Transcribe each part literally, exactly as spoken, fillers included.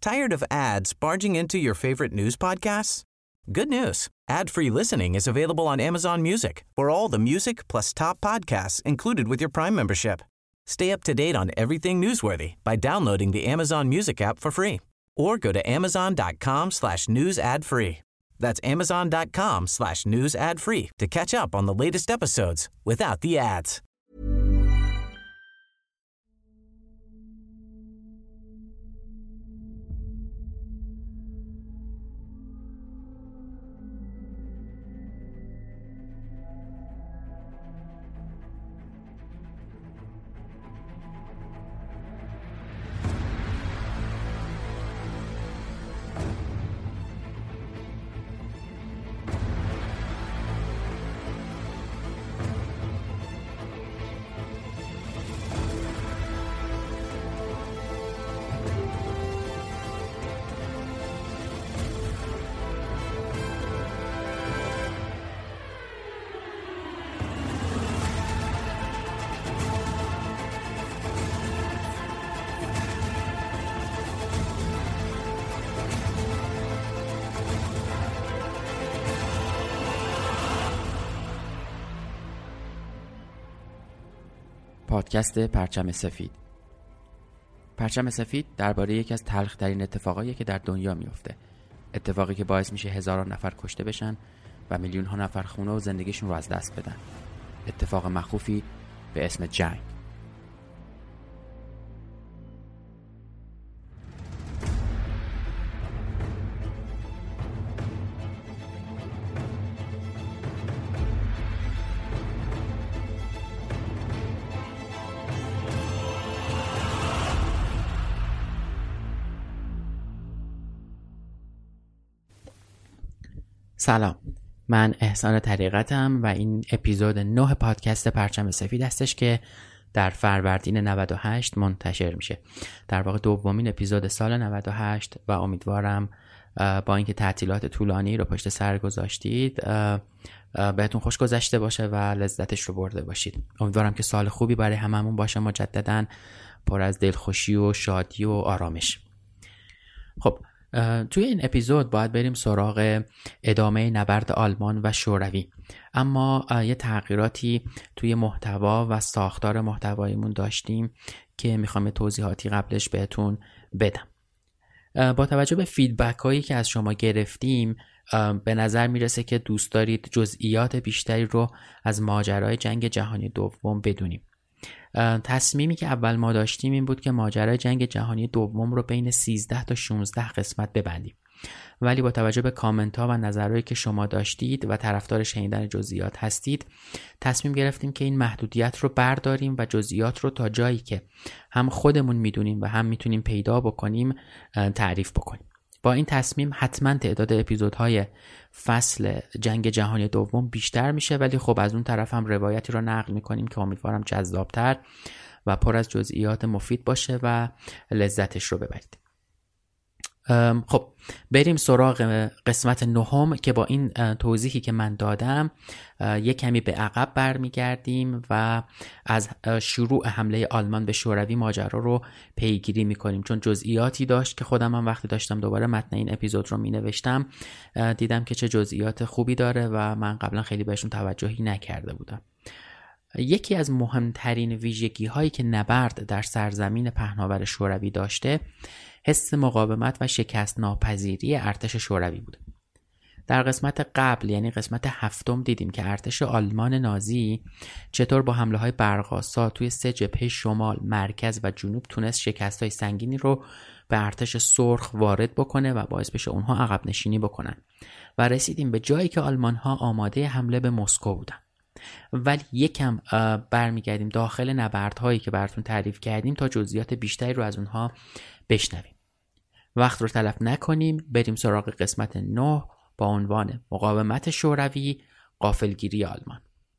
Tired of ads barging into your favorite news podcasts? Good news. Ad-free listening is available on Amazon Music for all the music plus top podcasts included with your Prime membership. Stay up to date on everything newsworthy by downloading the Amazon Music app for free or go to amazon.com slash news ad free. That's amazon.com slash news ad free to catch up on the latest episodes without the ads. پادکست پرچم سفید. پرچم سفید درباره یکی از تلخ‌ترین اتفاقایی که در دنیا میفته. اتفاقی که باعث میشه هزاران نفر کشته بشن و میلیون ها نفر خونه و زندگیشون رو از دست بدن. اتفاق مخوفی به اسم جنگ. سلام، من احسان طریقتم و این اپیزود نه پادکست پرچم سفید هستش که در فروردین نود و هشت منتشر میشه. در واقع دومین اپیزود سال نود و هشت و امیدوارم با اینکه تعطیلات طولانی رو پشت سر گذاشتید بهتون خوش گذشته باشه و لذتش رو برده باشید. امیدوارم که سال خوبی برای هممون باشه، مجدداً پر از دلخوشی و شادی و آرامش. خب توی این اپیزود باید بریم سراغ ادامه نبرد آلمان و شوروی، اما یه تغییراتی توی محتوا و ساختار محتواییمون داشتیم که میخوام توضیحاتی قبلش بهتون بدم. با توجه به فیدبک هایی که از شما گرفتیم به نظر میرسه که دوست دارید جزئیات بیشتری رو از ماجرای جنگ جهانی دوم بدونیم. تصمیمی که اول ما داشتیم این بود که ماجرای جنگ جهانی دوم رو بین سیزده تا شانزده قسمت ببندیم، ولی با توجه به کامنت ها و نظرهایی که شما داشتید و طرفدار شنیدن جزئیات هستید تصمیم گرفتیم که این محدودیت رو برداریم و جزئیات رو تا جایی که هم خودمون میدونیم و هم میتونیم پیدا بکنیم تعریف بکنیم. با این تصمیم حتما تعداد اپیزودهای فصل جنگ جهانی دوم بیشتر میشه، ولی خب از اون طرف هم روایتی رو نقل میکنیم که امیدوارم جذابتر و پر از جزئیات مفید باشه و لذتش رو ببرید. خب بریم سراغ قسمت نهم که با این توضیحی که من دادم یک کمی به عقب برمیگردیم و از شروع حمله آلمان به شوروی ماجرا رو پیگیری میکنیم، چون جزئیاتی داشت که خودم هم وقتی داشتم دوباره متن این اپیزود رو مینوشتم دیدم که چه جزئیات خوبی داره و من قبلا خیلی بهشون توجهی نکرده بودم. یکی از مهمترین ویژگی هایی که نبرد در سرزمین پهناور شوروی داشته حس مقاومت و شکست ناپذیری ارتش شوروی بود. در قسمت قبل یعنی قسمت هفتم دیدیم که ارتش آلمان نازی چطور با حمله های برق‌آسا توی سه جبهه شمال، مرکز و جنوب تونست شکست های سنگینی رو به ارتش سرخ وارد بکنه و باعث بشه اونها عقب نشینی بکنن و رسیدیم به جایی که آلمان ها آماده حمله به مسکو بودن. ولی یکم برمیگردیم داخل نبردهایی که براتون تعریف کردیم تا جزئیات بیشتری رو از اونها بشنویم. وقت رو تلف نکنیم، بریم سراغ قسمت نه با عنوان مقاومت شوروی، غافلگیری آلمان.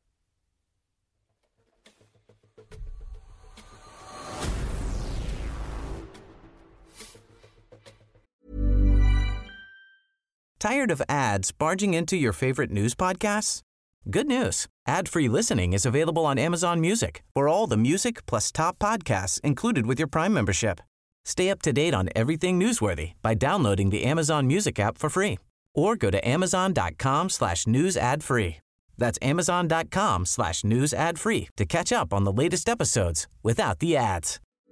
Tired of ads barging into your favorite news podcasts? Good news. Ad-free listening is available on Amazon Music for all the music plus top podcasts included with your Prime membership. Stay up to date on everything newsworthy by downloading the Amazon Music app for free or go to amazon.com slash news ad free. That's amazon.com slash news ad free to catch up on the latest episodes without the ads.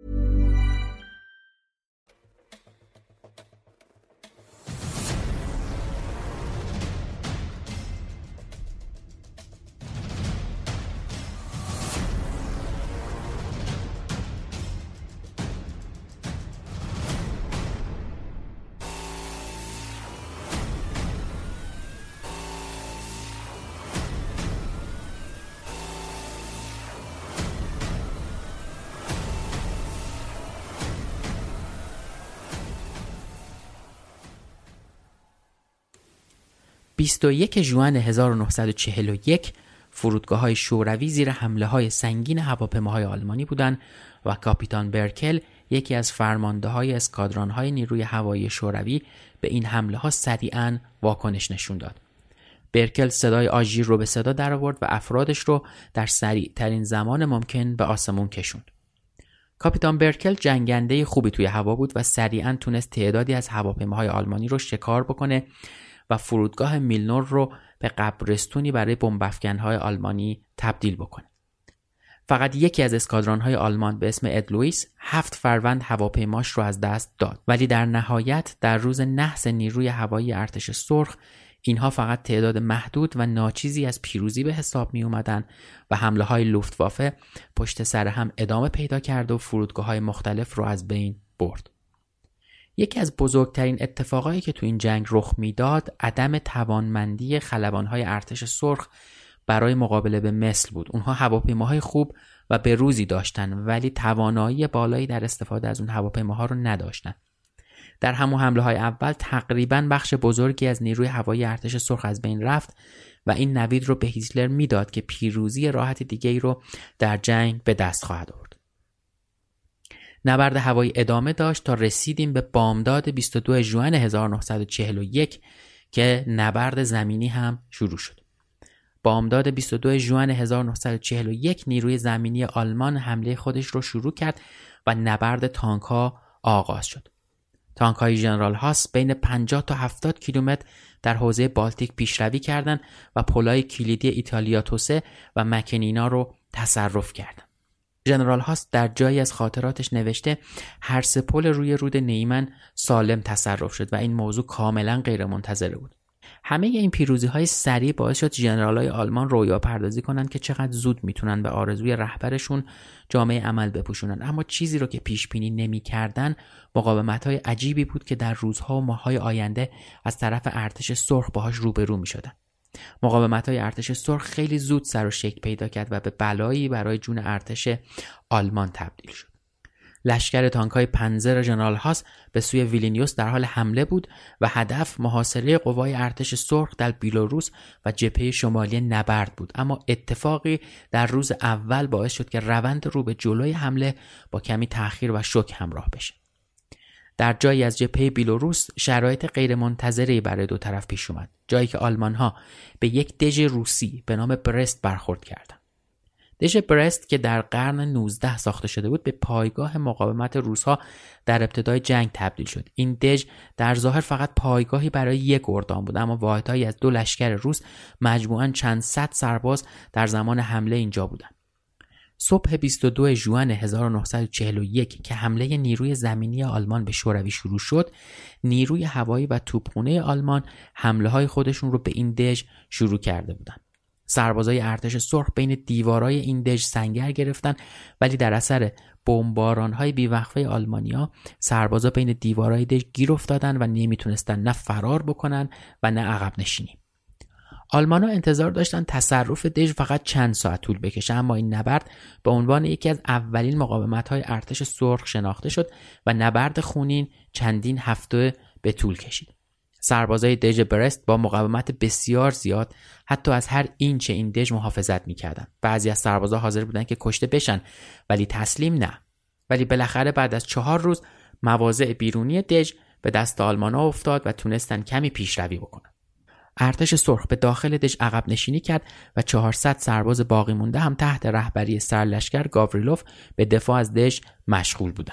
بیست و یک ژوئن هزار و نهصد و چهل و یک فرودگاه‌های شوروی زیر حمله‌های سنگین هواپیماهای آلمانی بودند و کاپیتان برکل، یکی از فرمانده‌های اسکادران‌های نیروی هوایی شوروی، به این حمله‌ها سریعاً واکنش نشون داد. برکل صدای آژیر رو به صدا درآورد و افرادش رو در سریع‌ترین زمان ممکن به آسمون کشوند. کاپیتان برکل جنگنده خوبی توی هوا بود و سریعاً تونست تعدادی از هواپیماهای آلمانی رو شکار بکنه و فرودگاه میلنور رو به قبرستونی برای بمب‌افکن‌های آلمانی تبدیل بکنه. فقط یکی از اسکادران‌های آلمان به اسم اد لوئیس هفت فروند هواپیماش رو از دست داد، ولی در نهایت در روز نحس نیروی هوایی ارتش سرخ اینها فقط تعداد محدود و ناچیزی از پیروزی به حساب می اومدن و حمله‌های لوفتوافه پشت سر هم ادامه پیدا کرد و فرودگاه‌های مختلف رو از بین برد. یکی از بزرگترین اتفاقایی که تو این جنگ رخ میداد عدم توانمندی خلبان‌های ارتش سرخ برای مقابله به مثل بود. اونها هواپیماهای خوب و بروزی داشتن ولی توانایی بالایی در استفاده از اون هواپیماها رو نداشتن. در همون حمله‌های اول تقریباً بخش بزرگی از نیروی هوایی ارتش سرخ از بین رفت و این نوید رو به هیتلر میداد که پیروزی راحت دیگه‌ای رو در جنگ به دست خواهد آورد. نبرد هوایی ادامه داشت تا رسیدیم به بامداد بیست و دو ژوئن هزار و نهصد و چهل و یک که نبرد زمینی هم شروع شد. بامداد بیست و دو ژوئن هزار و نهصد و چهل و یک نیروی زمینی آلمان حمله خودش رو شروع کرد و نبرد تانک‌ها آغاز شد. تانک‌های ژنرال هاس بین پنجاه تا هفتاد کیلومتر در حوزه بالتیک پیشروی کردند و پل‌های کلیدی ایتالیا توسه و مکنینا رو تصرف کردند. ژنرال هاس در جایی از خاطراتش نوشته هر سه پل روی رود نیمن سالم تصرف شد و این موضوع کاملا غیر منتظره بود. همه این پیروزی های سریع باعث شد ژنرال های آلمان رویا پردازی کنند که چقدر زود میتونن به آرزوی رهبرشون جامعه عمل بپوشونن، اما چیزی رو که پیش بینی نمی‌کردن مقاومت های عجیبی بود که در روزها و ماه‌های آینده از طرف ارتش سرخ باهاش روبرو می‌شدن. مقاومت‌های ارتش سرخ خیلی زود سر و شکل پیدا کرد و به بلایی برای جون ارتش آلمان تبدیل شد. لشکر تانک‌های پنزر ژنرال هاس به سوی ویلنیوس در حال حمله بود و هدف محاصره قوای ارتش سرخ در بیلاروس و جبهه شمالی نبرد بود، اما اتفاقی در روز اول باعث شد که روند رو به جلوی حمله با کمی تأخیر و شوک همراه بشه. در جایی از جبهه بیلاروس شرایط غیرمنتظره‌ای برای دو طرف پیش اومد، جایی که آلمان‌ها به یک دژ روسی به نام برست برخورد کردند. دژ برست که در قرن نوزدهم ساخته شده بود به پایگاه مقاومت روس‌ها در ابتدای جنگ تبدیل شد. این دژ در ظاهر فقط پایگاهی برای یک اردام بود، اما واحدهایی از دو لشکر روس مجموعاً چند صد سرباز در زمان حمله اینجا بودند. صبح بیست و دو ژوئن هزار و نهصد و چهل و یک که حمله نیروی زمینی آلمان به شوروی شروع شد، نیروی هوایی و توپخانه آلمان حمله‌های خودشون رو به این دژ شروع کرده بودند. سربازای ارتش سرخ بین دیوارای این دژ سنگر گرفتن، ولی در اثر بمباران‌های بیوقفه آلمانیا سربازا بین دیوارای دژ گیر افتادن و نمیتونستن نه فرار بکنن و نه عقب نشینی. آلمان‌ها انتظار داشتن تصرف دژ فقط چند ساعت طول بکشه، اما این نبرد به عنوان یکی از اولین مقاومت‌های ارتش سرخ شناخته شد و نبرد خونین چندین هفته به طول کشید. سربازای دژ برست با مقاومت بسیار زیاد حتی از هر اینچ این دژ محافظت می‌کردند. بعضی از سربازا حاضر بودند که کشته بشن ولی تسلیم نه. ولی بالاخره بعد از چهار روز مواضع بیرونی دژ به دست آلمان‌ها افتاد و تونستن کمی پیشروی بکنن. ارتش سرخ به داخل دژ عقب نشینی کرد و چهارصد سرباز باقی مونده هم تحت رهبری سرلشکر گاوریلوف به دفاع از دژ مشغول بودند.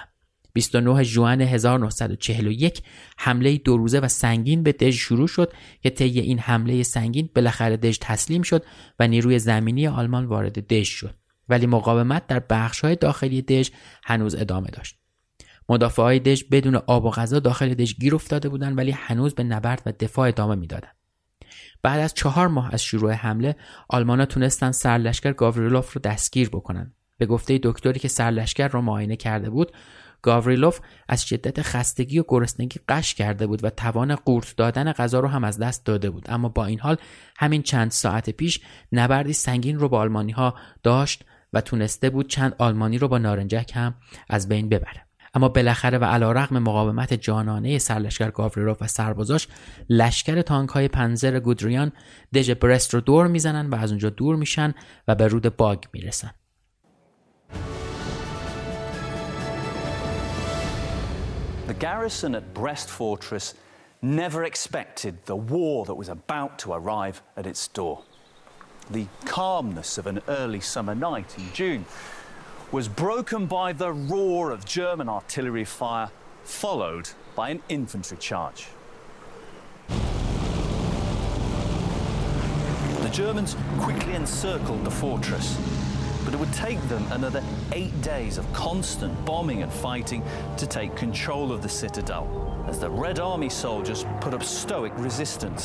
بیست و نه ژوئن هزار و نهصد و چهل و یک حمله دو روزه و سنگین به دژ شروع شد که طی این حمله سنگین بالاخره دژ تسلیم شد و نیروی زمینی آلمان وارد دژ شد، ولی مقاومت در بخش‌های داخلی دژ هنوز ادامه داشت. مدافعای دژ بدون آب و غذا داخل دژ گیر افتاده بودند ولی هنوز به نبرد و دفاع ادامه میدادند. بعد از چهار ماه از شروع حمله آلمان‌ها تونستن سرلشکر گاوریلوف رو دستگیر بکنن. به گفته دکتری که سرلشکر رو معاینه کرده بود، گاوریلوف از شدت خستگی و گرسنگی غش کرده بود و توان قورت دادن غذا رو هم از دست داده بود. اما با این حال همین چند ساعت پیش نبردی سنگین رو با آلمانی‌ها داشت و تونسته بود چند آلمانی رو با نارنجک هم از بین ببره. اما بالاخره و علیرغم مقاومت جانانه سرلشکر گاوریلوف و سربازاش، لشکر تانک‌های پنزر گودریان دژ برست رو دور میزنن و از اونجا دور میشن و به رود باگ میرسن. The garrison at Brest Fortress never expected the war that was about to arrive at its door. The calmness of an early summer night in June was broken by the roar of German artillery fire, followed by an infantry charge. The Germans quickly encircled the fortress, but it would take them another eight days of constant bombing and fighting to take control of the citadel, as the Red Army soldiers put up stoic resistance.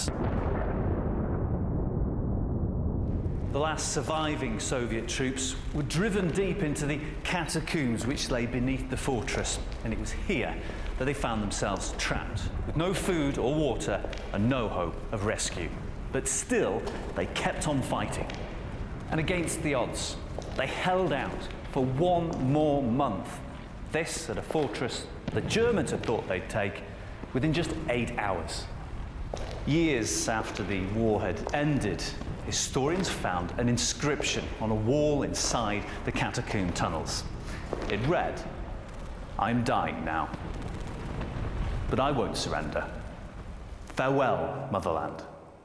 The last surviving Soviet troops were driven deep into the catacombs which lay beneath the fortress, and it was here that they found themselves trapped, with no food or water and no hope of rescue. But still, they kept on fighting. And against the odds, they held out for one more month. This at a fortress the Germans had thought they'd take within just eight hours. Years after the war had ended, historians found an inscription on a wall inside the catacomb tunnels. It read, "I'm dying now, but I won't surrender. Farewell, motherland."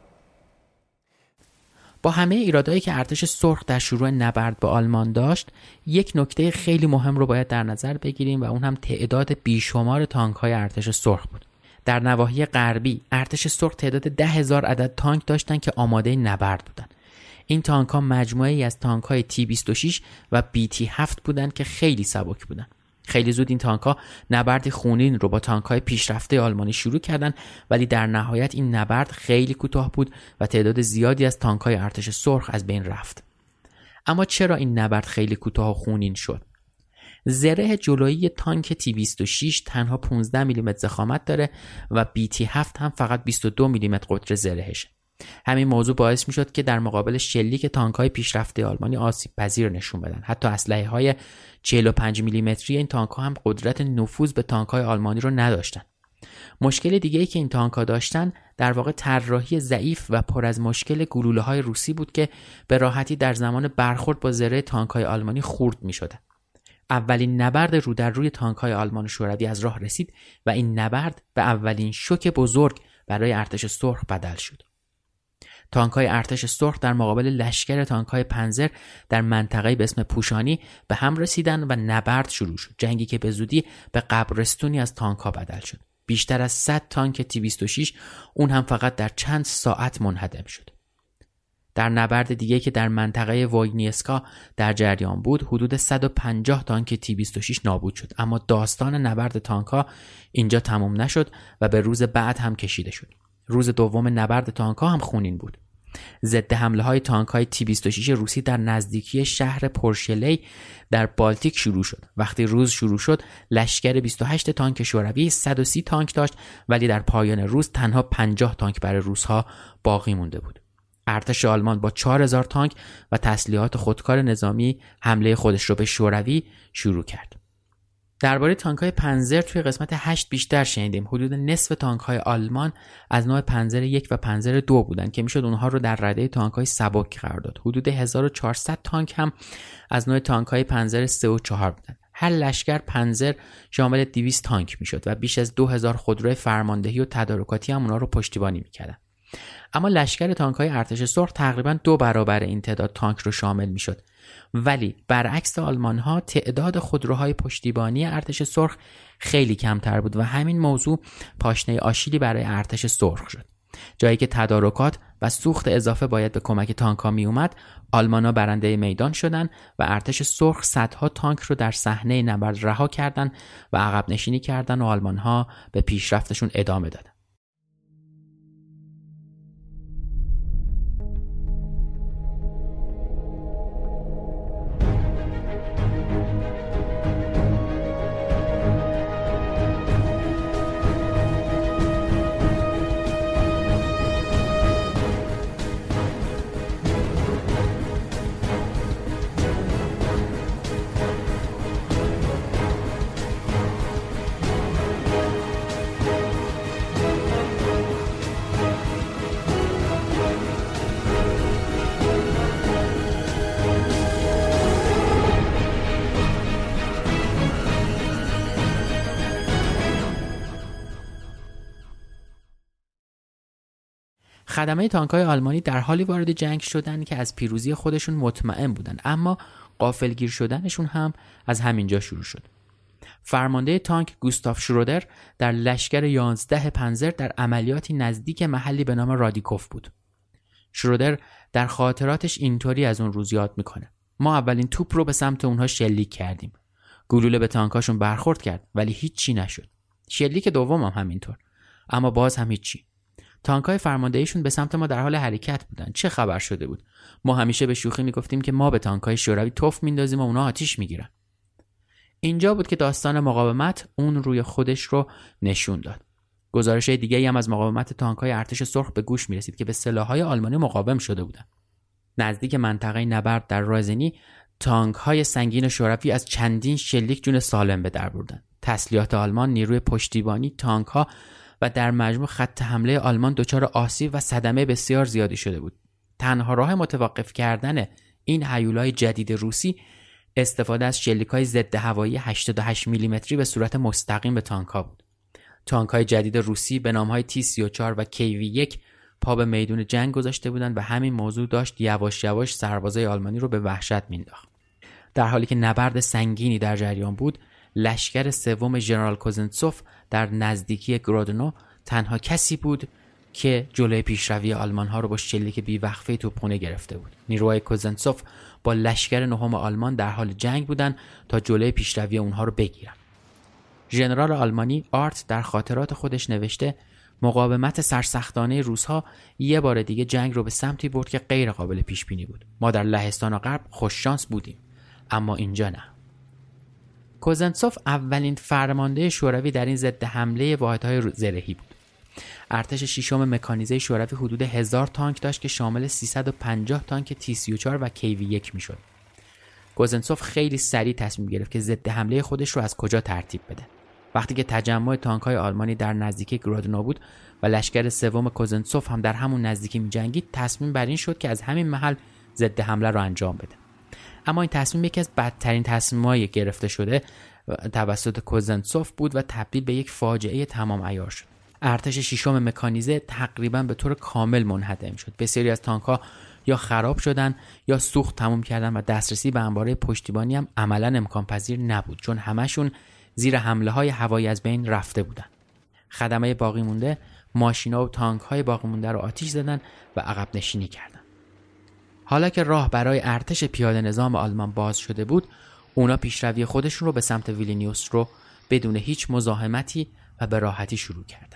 با همه ایرادایی که ارتش سرخ در شروع نبرد با آلمان داشت، یک نکته خیلی مهم رو باید در نظر بگیریم و اون هم تعداد بیشمار تانک‌های ارتش سرخ بود. در نواحی غربی ارتش سرخ تعداد ده هزار عدد تانک داشتن که آماده نبرد بودن. این تانک‌ها مجموعه‌ای از تانک‌های تی بیست و شش و بی تی هفت بودن که خیلی سبک بودن. خیلی زود این تانک‌ها نبردی خونین رو با تانک‌های پیشرفته آلمانی شروع کردن، ولی در نهایت این نبرد خیلی کوتاه بود و تعداد زیادی از تانک‌های ارتش سرخ از بین رفت. اما چرا این نبرد خیلی کوتاه و خونین شد؟ زره جلویی تانک تی بیست و شش تنها پانزده میلیمتر ضخامت داره و بی تی هفت هم فقط بیست و دو میلیمتر قطر زرهشه. همین موضوع باعث می شد که در مقابل شلیک تانک‌های پیشرفته آلمانی آسیب پذیر نشون بدن. حتی اسلحه‌های چهل و پنج میلیمتری این تانک‌ها هم قدرت نفوذ به تانک‌های آلمانی رو نداشتن. مشکل دیگه‌ای که این تانک‌ها داشتن در واقع طراحی ضعیف و پر از مشکل گلوله‌های روسی بود که به راحتی در زمان برخورد با زره تانک‌های آلمانی خورد می‌شدن. اولین نبرد رو در روی تانک‌های آلمان و شوروی از راه رسید و این نبرد به اولین شوک بزرگ برای ارتش سرخ بدل شد. تانک‌های ارتش سرخ در مقابل لشکر تانک‌های پنزر در منطقه‌ای به اسم پوشانی به هم رسیدن و نبرد شروع شد. جنگی که به زودی به قبرستونی از تانک‌ها بدل شد. بیشتر از صد تانک تی بیست و شش اون هم فقط در چند ساعت منهدم شد. در نبرد دیگه که در منطقه ووینیسکا در جریان بود، حدود صد و پنجاه تانک تی بیست و شش نابود شد. اما داستان نبرد تانک‌ها اینجا تمام نشد و به روز بعد هم کشیده شد. روز دوم نبرد تانک‌ها هم خونین بود. ضد حمله های تانک های تی بیست و شش روسی در نزدیکی شهر پورشلی در بالتیک شروع شد. وقتی روز شروع شد، لشکر بیست و هشت تانک شوروی صد و سی تانک داشت، ولی در پایان روز تنها پنجاه تانک برای روس‌ها باقی مونده بود. ارتش آلمان با چهار هزار تانک و تسلیحات خودکار نظامی حمله خودش رو به شوروی شروع کرد. درباره تانک‌های پنزر توی قسمت هشت بیشتر شنیدیم. حدود نصف تانک‌های آلمان از نوع پنزر یک و پنزر دو بودن که میشد اونها رو در رده تانک‌های سبک قرار داد. حدود هزار و چهارصد تانک هم از نوع تانک‌های پنزر سه و چهار بودن. هر لشکر پنزر شامل دویست تانک میشد و بیش از دو هزار خودروی فرماندهی و تدارکاتی هم اونها رو پشتیبانی میکردن. اما لشکر تانک‌های ارتش سرخ تقریباً دو برابر این تعداد تانک رو شامل می‌شد. ولی برعکس آلمان‌ها تعداد خودروهای پشتیبانی ارتش سرخ خیلی کمتر بود و همین موضوع پاشنه آشیلی برای ارتش سرخ شد. جایی که تدارکات و سوخت اضافه باید به کمک تانک‌ها می اومد، آلمان‌ها برنده میدان شدن و ارتش سرخ صدها تانک رو در صحنه نبرد رها کردن و عقب نشینی کردن و آلمان‌ها به پیشرفتشون ادامه دادن. خدمه تانک‌های آلمانی در حالی وارد جنگ شدن که از پیروزی خودشون مطمئن بودن، اما غافلگیر شدنشون هم از همینجا شروع شد. فرمانده تانک گوستاف شرودر در لشکر یازده پنزر در عملیاتی نزدیک محلی به نام رادیکوف بود. شرودر در خاطراتش اینطوری از اون روز یاد میکنه: ما اولین توپ رو به سمت اونها شلیک کردیم. گلوله به تانکاشون برخورد کرد ولی هیچی نشد. شلیک دوم هم همینطور، اما باز هم هیچی. تانک‌های فرماندهیشون به سمت ما در حال حرکت بودن. چه خبر شده بود؟ ما همیشه به شوخی میگفتیم که ما به تانک‌های شوروی توف میندازیم و اونا آتیش میگیرن. اینجا بود که داستان مقاومت اون روی خودش رو نشون داد. گزارش‌های دیگه‌ای هم از مقاومت تانک‌های ارتش سرخ به گوش میرسید که به سلاح‌های آلمانی مقاوم شده بودن. نزدیک منطقه نبرد در رازنی، تانک‌های سنگین شوروی از چندین شلیک جون سالم به در بردن. تسلیحات آلمان، نیروی پشتیبانی، تانک‌ها و در مجموع خط حمله آلمان دچار آسیب و صدمه بسیار زیادی شده بود. تنها راه متوقف کردن این هیولای جدید روسی استفاده از شلیک‌های ضد هوایی هشتاد و هشت میلیمتری به صورت مستقیم به تانک‌ها بود. تانک‌های جدید روسی به نام‌های تی سی و چهار و کی وی یک پا به میدون جنگ گذاشته بودند و همین موضوع داشت یواش یواش سربازای آلمانی رو به وحشت مینداخت. در حالی که نبرد سنگینی در جریان بود، لشکر سوم ژنرال کوزنتسوف در نزدیکی گرودنو تنها کسی بود که جلوی پیشروی آلمان‌ها رو با شلیک بی‌وقفه توپخانه گرفته بود. نیروهای کوزنتسوف با لشکر نهم آلمان در حال جنگ بودند تا جلوی پیشروی اونها رو بگیرن. ژنرال آلمانی آرت در خاطرات خودش نوشته: مقاومت سرسختانه روس‌ها یه بار دیگه جنگ رو به سمتی برد که غیر قابل پیش بینی بود. ما در لهستان و غرب خوش شانس بودیم، اما اینجا نه. کوزنتسوف اولین فرمانده شوروی در این ضد حمله واحدهای زرهی بود. ارتش ششم مکانیزه شوروی حدود هزار تانک داشت که شامل سیصد و پنجاه تانک تی سی و چهار و کی وی یک میشد. کوزنتسوف خیلی سریع تصمیم گرفت که ضد حمله خودش رو از کجا ترتیب بده. وقتی که تجمع تانک‌های آلمانی در نزدیکی گرودنو بود و لشکر سوم کوزنتسوف هم در همون نزدیکی می‌جنگید، تصمیم بر این شد که از همین محل ضد حمله رو انجام بده. اما این تصمیم یکی از بدترین تصمیم‌های گرفته شده توسط کوزنتسوف بود و تبدیل به یک فاجعه تمام عیار شد. ارتش ششم مکانیزه تقریباً به طور کامل منهدم شد. بسیاری از تانک‌ها یا خراب شدن یا سوخت تموم کردن و دسترسی به انبارهای پشتیبانی هم عملاً امکان پذیر نبود، چون همشون زیر حمله‌های هوایی از بین رفته بودن. خدمه باقی مونده ماشینا و تانک‌های باقی مونده رو آتش زدن و عقب نشینی کردن. حالا که راه برای ارتش پیاده نظام آلمان باز شده بود، اونا پیشروی خودشون رو به سمت ویلنیوس رو بدون هیچ مزاحمتی و به راحتی شروع کردن.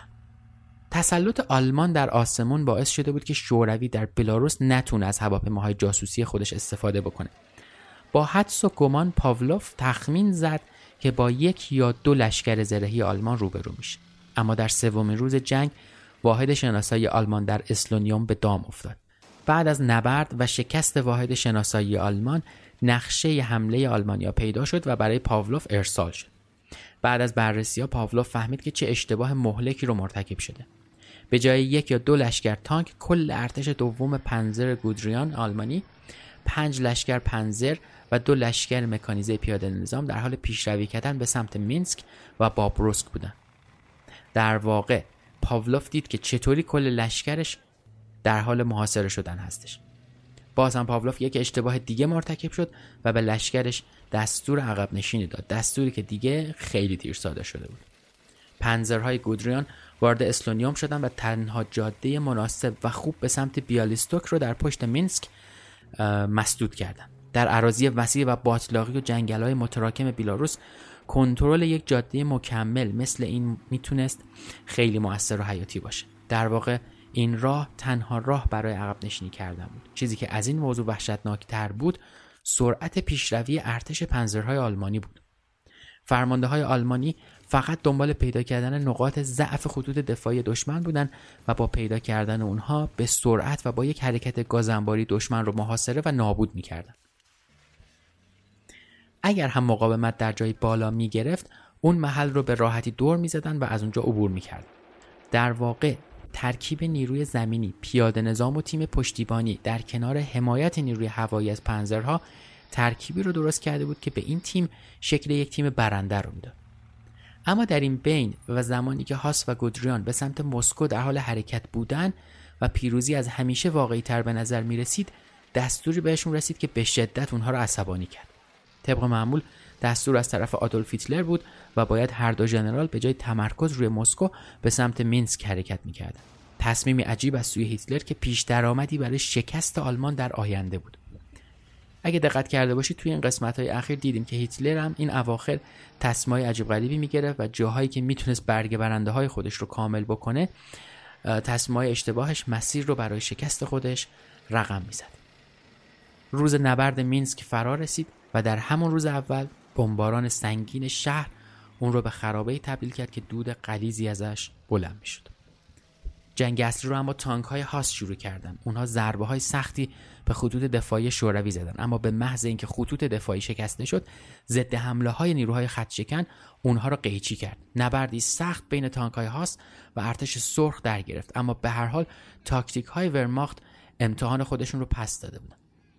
تسلط آلمان در آسمون باعث شده بود که شوروی در بلاروس نتونه از هواپیماهای جاسوسی خودش استفاده بکنه. با حدس و گمان پاولوف تخمین زد که با یک یا دو لشکر زرهی آلمان روبرو میشه. اما در سومین روز جنگ واحد شناسایی آلمان در اسلونیوم به دام افتاد. بعد از نبرد و شکست واحد شناسایی آلمان، نقشه حمله آلمانیا پیدا شد و برای پاولوف ارسال شد. بعد از بررسی‌ها پاولوف فهمید که چه اشتباه مهلکی رو مرتکب شده. به جای یک یا دو لشکر تانک، کل ارتش دوم پنزر گودریان آلمانی، پنج لشکر پنزر و دو لشکر مکانیزه پیاده نظام در حال پیشروی کردن به سمت مینسک و بابروسک بودند. در واقع پاولوف دید که چطوری کل لشکرش در حال محاصره شدن هستش. باز هم پاولوف یک اشتباه دیگه مرتکب شد و به لشکرش دستور عقب نشینی داد، دستوری که دیگه خیلی دیر صادر شده بود. پنزرهای گودریان وارد اسلونیوم شدن و تنها جاده مناسب و خوب به سمت بیالیستوک رو در پشت مینسک مسدود کردند. در اراضی وسیع و باتلاقی و جنگل‌های متراکم بیلاروس کنترل یک جاده مکمل مثل این میتونست خیلی مؤثر و حیاتی باشه. در واقع این راه تنها راه برای عقب نشینی کردن بود. چیزی که از این موضوع وحشتناکتر بود سرعت پیشروی ارتش پنزرهای آلمانی بود. فرمانده‌های آلمانی فقط دنبال پیدا کردن نقاط ضعف خطوط دفاعی دشمن بودن و با پیدا کردن اونها به سرعت و با یک حرکت گازانباری دشمن رو محاصره و نابود می‌کردن. اگر هم مقاومت در جای بالا می‌گرفت، اون محل رو به راحتی دور می‌زدن و از اونجا عبور می‌کردن. در واقع ترکیب نیروی زمینی، پیاده نظام و تیم پشتیبانی در کنار حمایت نیروی هوایی از پنزرها ترکیبی رو درست کرده بود که به این تیم شکل یک تیم برنده رو میداد. اما در این بین و زمانی که هاس و گودریان به سمت مسکو در حال حرکت بودن و پیروزی از همیشه واقعی تر به نظر می رسید، دستوری بهشون رسید که به شدت اونها رو عصبانی کرد. طبق معمول دستور از طرف آدولف هیتلر بود و باید هر دو ژنرال به جای تمرکز روی مسکو به سمت مینسک حرکت می‌کردند. تصمیمی عجیب از سوی هیتلر که پیش درآمدی برای شکست آلمان در آینده بود. اگه دقت کرده باشید توی این قسمت‌های اخیر دیدیم که هیتلر هم این اواخر تصمیم‌های عجیب غریبی می‌گرفت و جاهایی که میتونست برگ برنده‌های خودش رو کامل بکنه، تصمیم‌های اشتباهش مسیر رو برای شکست خودش رقم می‌زد. روز نبرد مینسک فرا رسید و در همون روز اول بمباران سنگین شهر اون رو به خرابه‌ای تبدیل کرد که دود غلیظی ازش بلند می‌شد. جنگ اصلی رو اما تانک‌های هاس شروع کردن. اونها ضربه‌های سختی به خطوط دفاعی شوروی زدن، اما به محض اینکه خطوط دفاعی شکسته شد، ضد حمله‌های نیروهای خط‌شکن اونها رو قیچی کرد. نبردی سخت بین تانک‌های هاس و ارتش سرخ در گرفت، اما به هر حال تاکتیک‌های ورماخت امتحان خودشون رو پس داده بودن.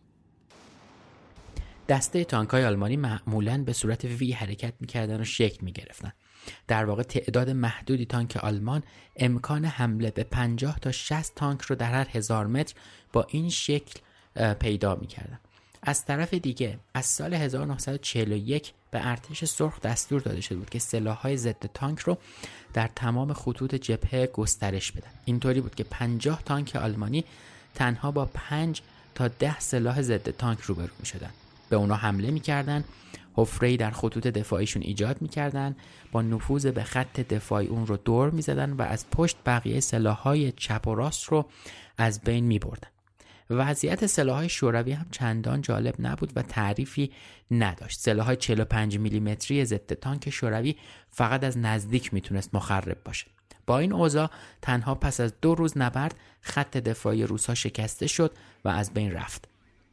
دسته تانک‌های آلمانی معمولاً به صورت وی حرکت می‌کردن و شکل می‌گرفتن. در واقع تعداد محدودی تانک آلمان امکان حمله به پنجاه تا شصت تانک رو در هر هزار متر با این شکل پیدا می‌کردن. از طرف دیگه از سال هزار و نهصد و چهل و یک به ارتش سرخ دستور داده شده بود که سلاح‌های ضد تانک رو در تمام خطوط جبهه گسترش بدن. اینطوری بود که پنجاه تانک آلمانی تنها با پنج تا ده سلاح ضد تانک روبرو می‌شدن. به اونا حمله می‌کردن، حفره‌ای در خطوط دفاعیشون ایجاد می‌کردن، با نفوذ به خط دفاعی اون رو دور می‌زدن و از پشت بقیه سلاح‌های چپ و راست رو از بین می‌بردن. وضعیت سلاح‌های شوروی هم چندان جالب نبود و تعریفی نداشت. سلاح‌های چهل و پنج میلیمتری ضد تانک شوروی فقط از نزدیک میتونست مخرب باشه. با این اوضاع تنها پس از دو روز نبرد خط دفاعی روس‌ها شکسته شد و از بین رفت.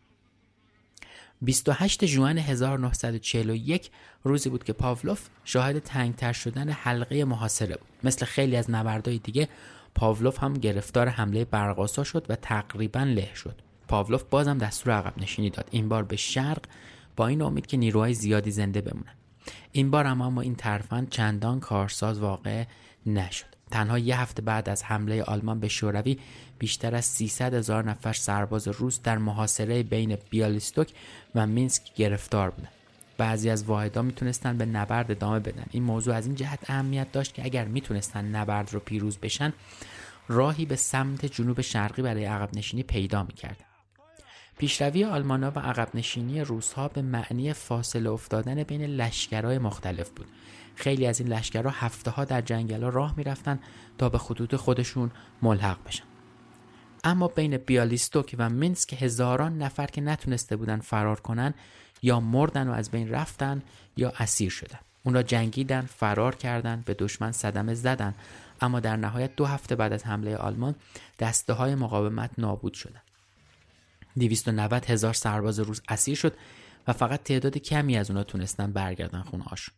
بیست و هشتم ژوئن هزار و نهصد و چهل و یک روزی بود که پاولوف شاهد تنگتر شدن حلقه محاصره بود. مثل خیلی از نبردهای دیگه پاولوف هم گرفتار حمله برق‌آسا شد و تقریباً له شد. پاولوف بازم دستور عقب نشینی داد، این بار به شرق، با این امید که نیروهای زیادی زنده بمونن. این بار هم اما این ترفند چندان کارساز واقع نشد. تنها یه هفته بعد از حمله آلمان به شوروی بیشتر از سیصد هزار نفر سرباز روس در محاصره بین بیالیستوک و مینسک گرفتار بودند. بعضی از واحدها میتونستن به نبرد ادامه بدن. این موضوع از این جهت اهمیت داشت که اگر میتونستن نبرد رو پیروز بشن، راهی به سمت جنوب شرقی برای عقب نشینی پیدا میکردن. پیشروی آلمان‌ها و عقب نشینی روس‌ها به معنی فاصله افتادن بین لشکرهای مختلف بود. خیلی از این لشکرها هفته‌ها در جنگل‌ها راه می‌رفتن تا به خطوط خودشون ملحق بشن. اما بین بیالیستوک و مینسک هزاران نفر که نتونسته بودن فرار کنن یا مردن و از بین رفتن یا اسیر شدن. اونا جنگیدن، فرار کردن، به دشمن صدمه زدن، اما در نهایت دو هفته بعد از حمله آلمان دسته‌های مقاومت نابود شدن. دویست و نود هزار سرباز روس اسیر شد و فقط تعداد کمی از اونا تونستن برگردن خونه‌هاشون.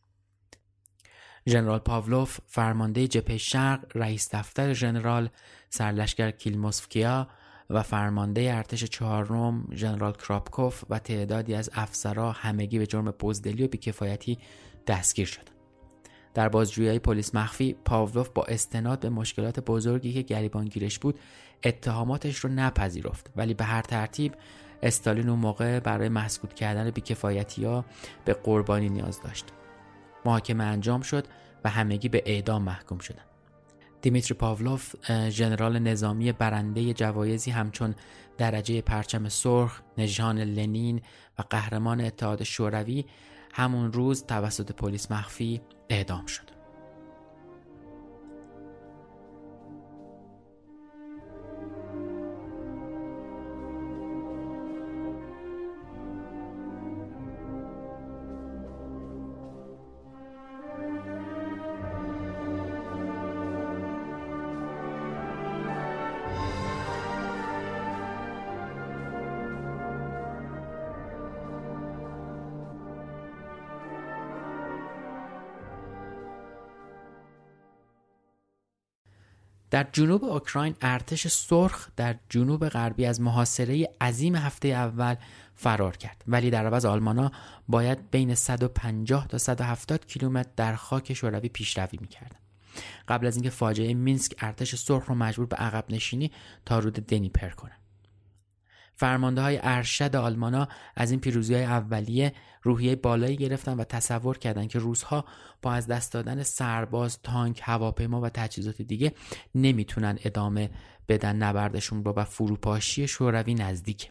ژنرال پاولوف، فرمانده جبهه شرق، رئیس دفتر ژنرال سرلشکر کیلموسکیا و فرمانده ارتش چهارم ژنرال کراپکوف و تعدادی از افسرها همگی به جرم بزدلی و بیکفایتی دستگیر شدند. در بازجویی‌های پلیس مخفی پاولوف با استناد به مشکلات بزرگی که گریبانگیرش بود اتهاماتش رو نپذیرفت، ولی به هر ترتیب استالین اون موقع برای مسکوت کردن بی‌کفایتی‌ها به قربانی نیاز داشت. محاکمه انجام شد و همگی به اعدام محکوم شدند. دیمیتری پاولوف، ژنرال نظامی برنده جوایزی همچون درجه پرچم سرخ، نشان لنین و قهرمان اتحاد شوروی، همون روز توسط پلیس مخفی اعدام شد. در جنوب اوکراین ارتش سرخ در جنوب غربی از محاصره عظیم هفته اول فرار کرد، ولی در عوض آلمان‌ها باید بین صد و پنجاه تا صد و هفتاد کیلومتر در خاک شوروی پیشروی می‌کردند. قبل از اینکه فاجعه مینسک ارتش سرخ رو مجبور به عقب نشینی تا رود دنیپر کنه. فرمانده‌های ارشد آلمان‌ها از این پیروزی‌های اولیه روحیه بالایی گرفتن و تصور کردند که روس‌ها با از دست دادن سرباز، تانک، هواپیما و تجهیزات دیگه نمیتونن ادامه بدن نبردشون رو و فروپاشی شوروی نزدیک.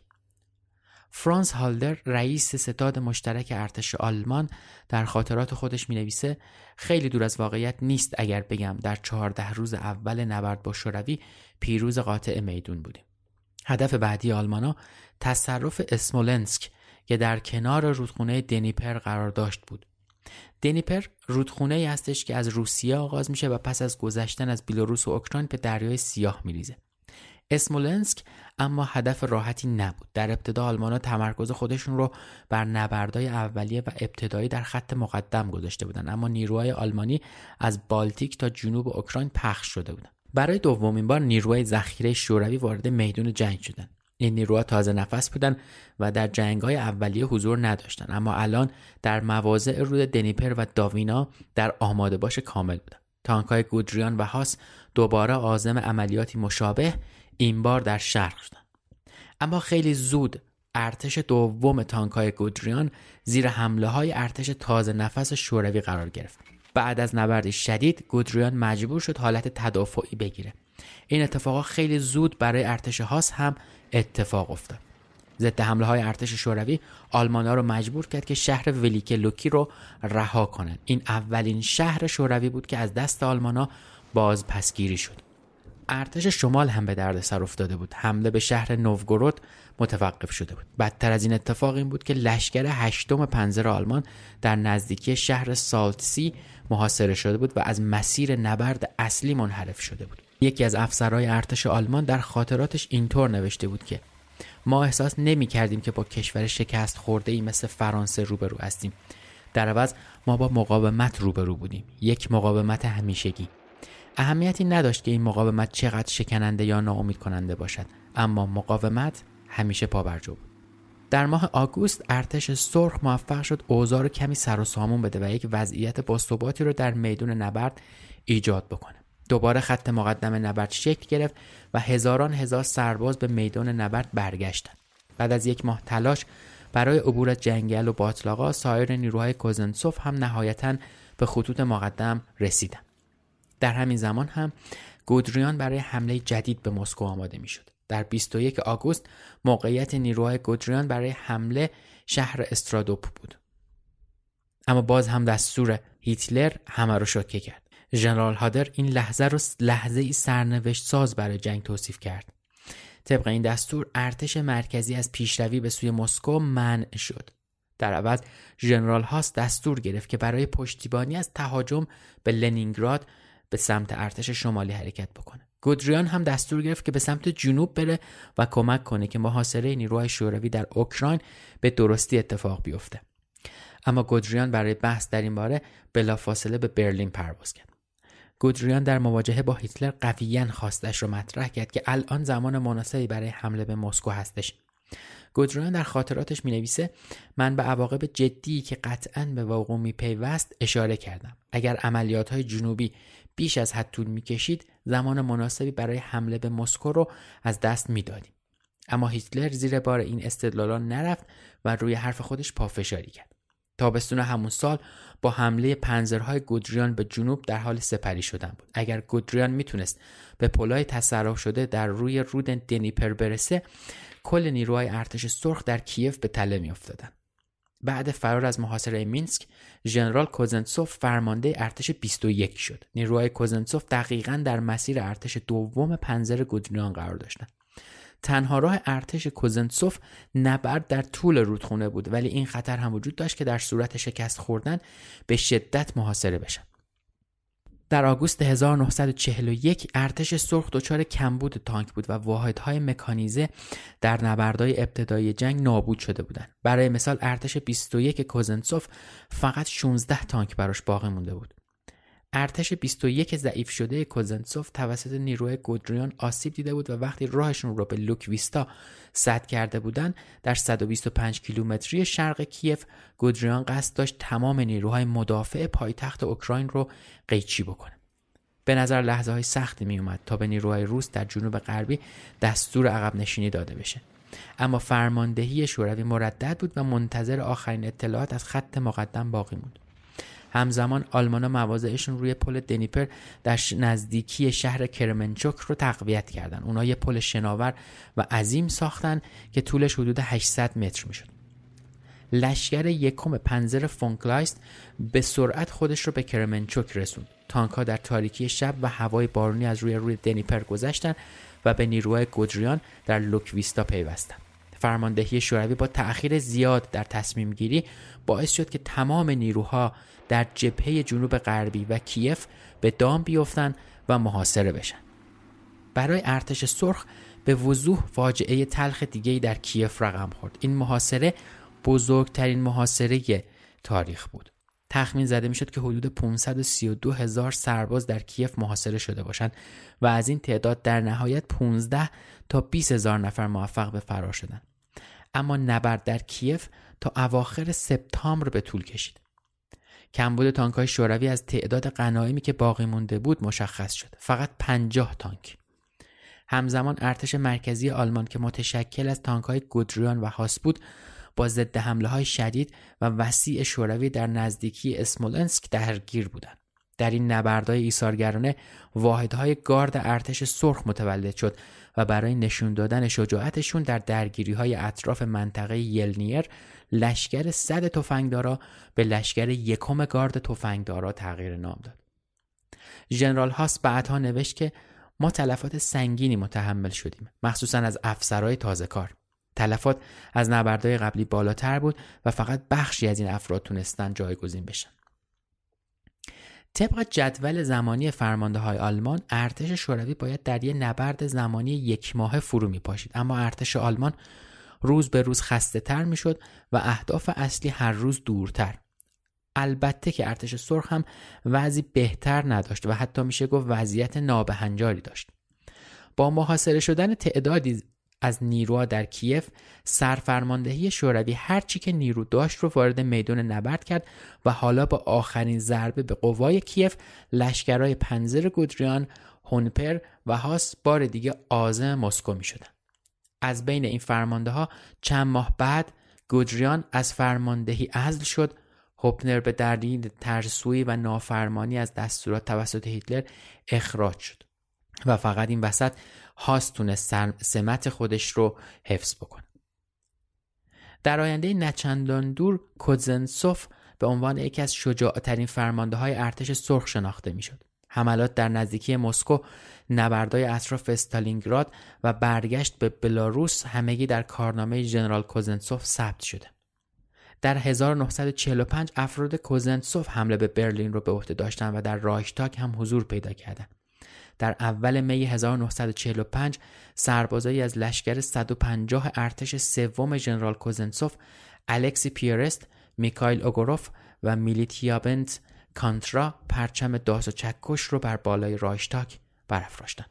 فرانس هالدر، رئیس ستاد مشترک ارتش آلمان، در خاطرات خودش می‌نویسه خیلی دور از واقعیت نیست اگر بگم در چهارده روز اول نبرد با شوروی پیروز قاطع میدون بودیم. هدف بعدی آلمان‌ها تصرف اسمولنسک که در کنار رودخانه دنیپر قرار داشت بود. دنیپر رودخانه‌ای هستش که از روسیه آغاز میشه و پس از گذشتن از بیلاروس و اوکراین به دریای سیاه میریزه. اسمولنسک اما هدف راحتی نبود. در ابتدا آلمان‌ها تمرکز خودشون رو بر نبردهای اولیه و ابتدایی در خط مقدم گذاشته بودند، اما نیروهای آلمانی از بالتیک تا جنوب اوکراین پخش شده بودند. برای دومین بار نیروهای ذخیره شوروی وارد میدان جنگ شدند. این نیروها تازه نفس بودند و در جنگ‌های اولیه حضور نداشتند، اما الان در مواضع رود دنیپر و داوینا در آماده باش کامل بودند. تانک‌های گودریان و هاس دوباره عازم عملیاتی مشابه این بار در شرق شدند. اما خیلی زود ارتش دوم تانک‌های گودریان زیر حمله‌های ارتش تازه نفس شوروی قرار گرفت. بعد از نبردی شدید گودریان مجبور شد حالت تدافعی بگیره. این اتفاقا خیلی زود برای ارتش هاس هم اتفاق افتاد. ضد حمله های ارتش شوروی آلمان‌ها رو مجبور کرد که شهر ولیکه لوکی رو رها کنند. این اولین شهر شوروی بود که از دست آلمان‌ها بازپسگیری شد. ارتش شمال هم به دردسر افتاده بود. حمله به شهر نووگورود متوقف شده بود. بدتر از این اتفاق این بود که لشکر هشتم پنزر آلمان در نزدیکی شهر سالتسی محاصره شده بود و از مسیر نبرد اصلی منحرف شده بود. یکی از افسرهای ارتش آلمان در خاطراتش اینطور نوشته بود که ما احساس نمی کردیم که با کشور شکست خورده ای مثل فرانسه روبرو هستیم. در عوض ما با مقاومت روبرو بودیم. یک مقاومت همیشگی. اهمیتی نداشت که این مقاومت چقدر شکننده یا ناامید کننده باشد، اما مقاومت همیشه پابرجا بود. در ماه آگوست ارتش سرخ موفق شد اوضاع رو کمی سر و سامون بده و یک وضعیت باثباتی رو در میدان نبرد ایجاد بکنه. دوباره خط مقدم نبرد شکل گرفت و هزاران هزار سرباز به میدان نبرد برگشتند. بعد از یک ماه تلاش برای عبور از جنگل و باطلاقا، سایر نیروهای کوزنتسوف هم نهایتاً به خطوط مقدم رسیدند. در همین زمان هم گودریان برای حمله جدید به مسکو آماده میشد. در بیست و یکم آگوست موقعیت نیروهای گودریان برای حمله شهر استرادوپ بود. اما باز هم دستور هیتلر همه رو شوکه کرد. ژنرال هادر این لحظه رو لحظه ای سرنوشت ساز برای جنگ توصیف کرد. طبق این دستور ارتش مرکزی از پیشروی به سوی مسکو منع شد. در عوض ژنرال هاس دستور گرفت که برای پشتیبانی از تهاجم به لنینگراد به سمت ارتش شمالی حرکت بکنه. گودریان هم دستور گرفت که به سمت جنوب بره و کمک کنه که محاصره نیروهای شوروی در اوکراین به درستی اتفاق بیفته. اما گودریان برای بحث در این باره بلافاصله به برلین پرواز کرد. گودریان در مواجهه با هیتلر قویاً خواستش رو مطرح کرد که الان زمان مناسبی برای حمله به مسکو هستش. گودریان در خاطراتش می‌نویسه من به عواقب جدی که قطعاً به وقوع می‌پیوست اشاره کردم. اگر عملیات‌های جنوبی بیش از حد طول می‌کشید، زمان مناسبی برای حمله به مسکو رو از دست می‌دادیم. اما هیتلر زیر بار این استدلالات نرفت و روی حرف خودش پافشاری کرد. تابستون همون سال با حمله پنزرهای گودریان به جنوب در حال سپری شدن بود. اگر گودریان میتونست به پلهای تصرف شده در روی رود دنیپر برسه، کل نیروهای ارتش سرخ در کیف به تله میافتادن. بعد فرار از محاصره مینسک، ژنرال کوزنتسوف فرمانده ارتش بیست و یک شد. نیروهای کوزنتسوف دقیقاً در مسیر ارتش دوم پنزر گودریان قرار داشتند. تنها راه ارتش کوزنتسوف نبرد در طول رودخونه بود، ولی این خطر هم وجود داشت که در صورت شکست خوردن به شدت محاصره بشن. در آگوست هزار و نهصد و چهل و یک ارتش سرخ دچار کمبود تانک بود و واحدهای مکانیزه در نبردهای ابتدایی جنگ نابود شده بودند. برای مثال ارتش بیست و یک کوزنتسوف فقط شانزده تانک براش باقی مونده بود. ارتش بیست و یک ضعیف شده کوزنتسوف توسط نیروی گودریان آسیب دیده بود و وقتی راهشون رو به لوکویستا سد کرده بودن در صد و بیست و پنج کیلومتری شرق کیف، گودریان قصد داشت تمام نیروهای مدافع پایتخت اوکراین رو قیچی بکنه. به نظر لحظه های سختی می اومد تا به نیروهای روس در جنوب غربی دستور عقب نشینی داده بشه، اما فرماندهی شوروی مردد بود و منتظر آخرین اطلاعات از خط مقدم باقی موند. همزمان آلمان‌ها مواضعشون روی پل دنیپر در نزدیکی شهر کرمنچوک رو تقویت کردن. اونها یه پل شناور و عظیم ساختن که طولش حدود هشتصد متر میشد. لشکر یکم پنزر فون کلایست به سرعت خودش رو به کرمنچوک رسوند. تانک‌ها در تاریکی شب و هوای بارونی از روی روی دنیپر گذشتن و به نیروهای گودریان در لوکویستا پیوستند. فرماندهی شوروی با تأخیر زیاد در تصمیم گیری باعث شد که تمام نیروها در جبهه جنوب غربی و کیف به دام بیفتن و محاصره بشن. برای ارتش سرخ به وضوح فاجعه تلخ دیگه‌ای در کیف رقم خورد. این محاصره بزرگترین محاصره تاریخ بود. تخمین زده میشد که حدود پانصد و سی و دو هزار سرباز در کیف محاصره شده باشند و از این تعداد در نهایت پانزده تا بیست هزار نفر موفق به فرار شدند. اما نبرد در کیف تا اواخر سپتامبر به طول کشید. کمبود تانک‌های شوروی از تعداد غنایمی که باقی مونده بود مشخص شد. فقط پنجاه تانک. همزمان ارتش مرکزی آلمان که متشکل از تانک‌های گودریان و هاس بود، با ضد حمله‌های شدید و وسیع شوروی در نزدیکی اسمولنسک درگیر بودند. در این نبردهای ایثارگرانه واحدهای گارد ارتش سرخ متولد شد و برای نشون دادن شجاعتشون در درگیری‌های اطراف منطقه یلنیر، لشکر صد تفنگدارا به لشکر یکم گارد تفنگدارا تغییر نام داد. ژنرال هاس بعدها نوشت که ما تلفات سنگینی متحمل شدیم، مخصوصاً از افسرهای تازه کار. تلفات از نبردهای قبلی بالاتر بود و فقط بخشی از این افراد تونستن جایگزین بشن. طبق جدول زمانی فرمانده‌های آلمان، ارتش شوروی باید در یک نبرد زمانی یک ماهه فرو می‌پاشید، اما ارتش آلمان روز به روز خسته تر می‌شد و اهداف اصلی هر روز دورتر. البته که ارتش سرخ هم وضعی بهتر نداشت و حتی میشه گفت وضعیت نابهنجاری داشت. با محاصره شدن تعدادی از نیروها در کیف، سرفرماندهی شوروی هر چی که نیرو داشت رو وارد میدان نبرد کرد و حالا با آخرین ضربه به قوای کیف، لشکرهای پنزر گودریان، هونپر و هاس بار دیگه عازم مسکو می شدن. از بین این فرمانده ها چند ماه بعد گودریان از فرماندهی عزل شد. هوپنر به دلیل ترسویی و نافرمانی از دستورات توسط هیتلر اخراج شد و فقط این وسط هاس تونست سمت خودش رو حفظ بکنه. در آینده نچندان دور کوزنتسوف به عنوان یکی از شجاعترین فرمانده های ارتش سرخ شناخته می شد. حملات در نزدیکی مسکو، نبردهای اطراف استالینگراد و برگشت به بلاروس همگی در کارنامه ژنرال کوزنتسوف ثبت شده. در هزار و نهصد و چهل و پنج افراد کوزنتسوف حمله به برلین رو به عهده داشتند و در رایشتاگ هم حضور پیدا کردند. در اول می هزار و نهصد و چهل و پنج سربازایی از لشکر صد و پنجاه ارتش سوم ژنرال کوزنتسوف، الکسی پیرست، میکائیل اوگوروف و میلیتیابند کانترا پرچم داس و چکش رو بر بالای رایشتاگ برافراشتند.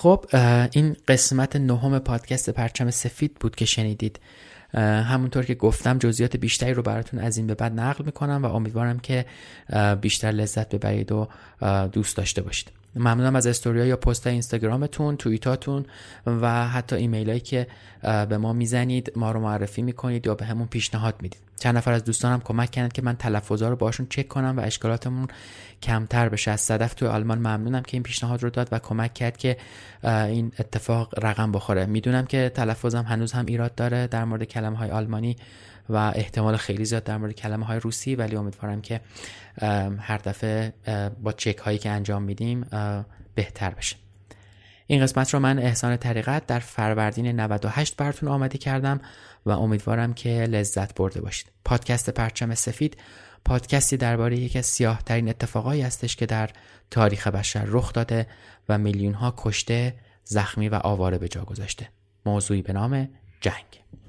خب این قسمت نهم پادکست پرچم سفید بود که شنیدید. همونطور که گفتم جزئیات بیشتری رو براتون از این به بعد نقل میکنم و امیدوارم که بیشتر لذت ببرید و دوست داشته باشید. ممنونم از استوری‌ها یا پست‌های اینستاگرامتون، توییتاتون و حتی ایمیلایی که به ما میزنید، ما رو معرفی میکنید یا به همون پیشنهاد میدید. چند نفر از دوستانم کمک کردن که من تلفظا رو باشون چک کنم و اشکالاتمون کمتر بشه. از صدف توی آلمان ممنونم که این پیشنهاد رو داد و کمک کرد که این اتفاق رقم بخوره. میدونم که تلفظم هنوز هم ایراد داره در مورد کلمه‌های آلمانی و احتمال خیلی زیاد در مورد کلمه‌های روسی، ولی امیدوارم که هر دفعه با چک هایی که انجام میدیم بهتر بشه. این قسمت رو من احسان طریقت در فروردین نود و هشت براتون آماده کردم و امیدوارم که لذت برده باشید. پادکست پرچم سفید پادکستی درباره یکی از سیاه ترین اتفاقایی هستش که در تاریخ بشر رخ داده و میلیون ها کشته، زخمی و آواره به جا گذاشته. موضوعی به نام جنگ.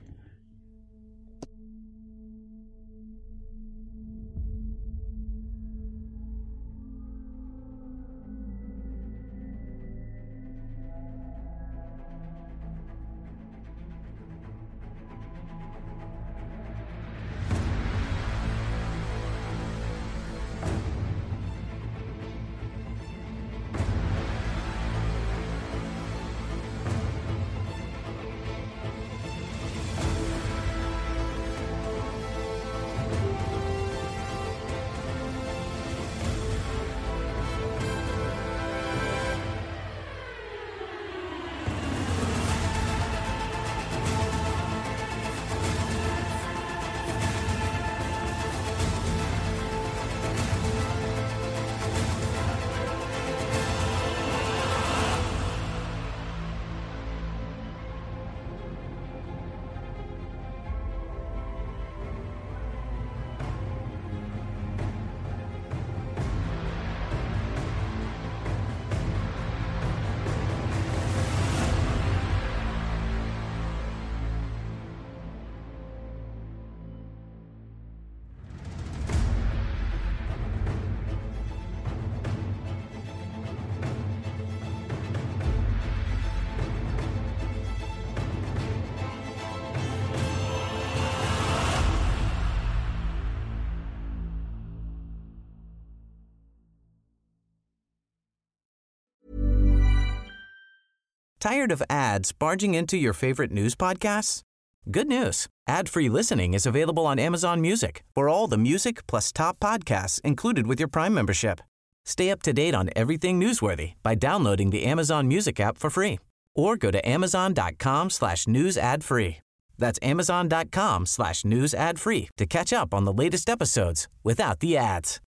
Tired of ads barging into your favorite news podcasts? Good news. Ad-free listening is available on Amazon Music for all the music plus top podcasts included with your Prime membership. Stay up to date on everything newsworthy by downloading the Amazon Music app for free or go to amazon.com slash news ad free. That's amazon.com slash news ad free to catch up on the latest episodes without the ads.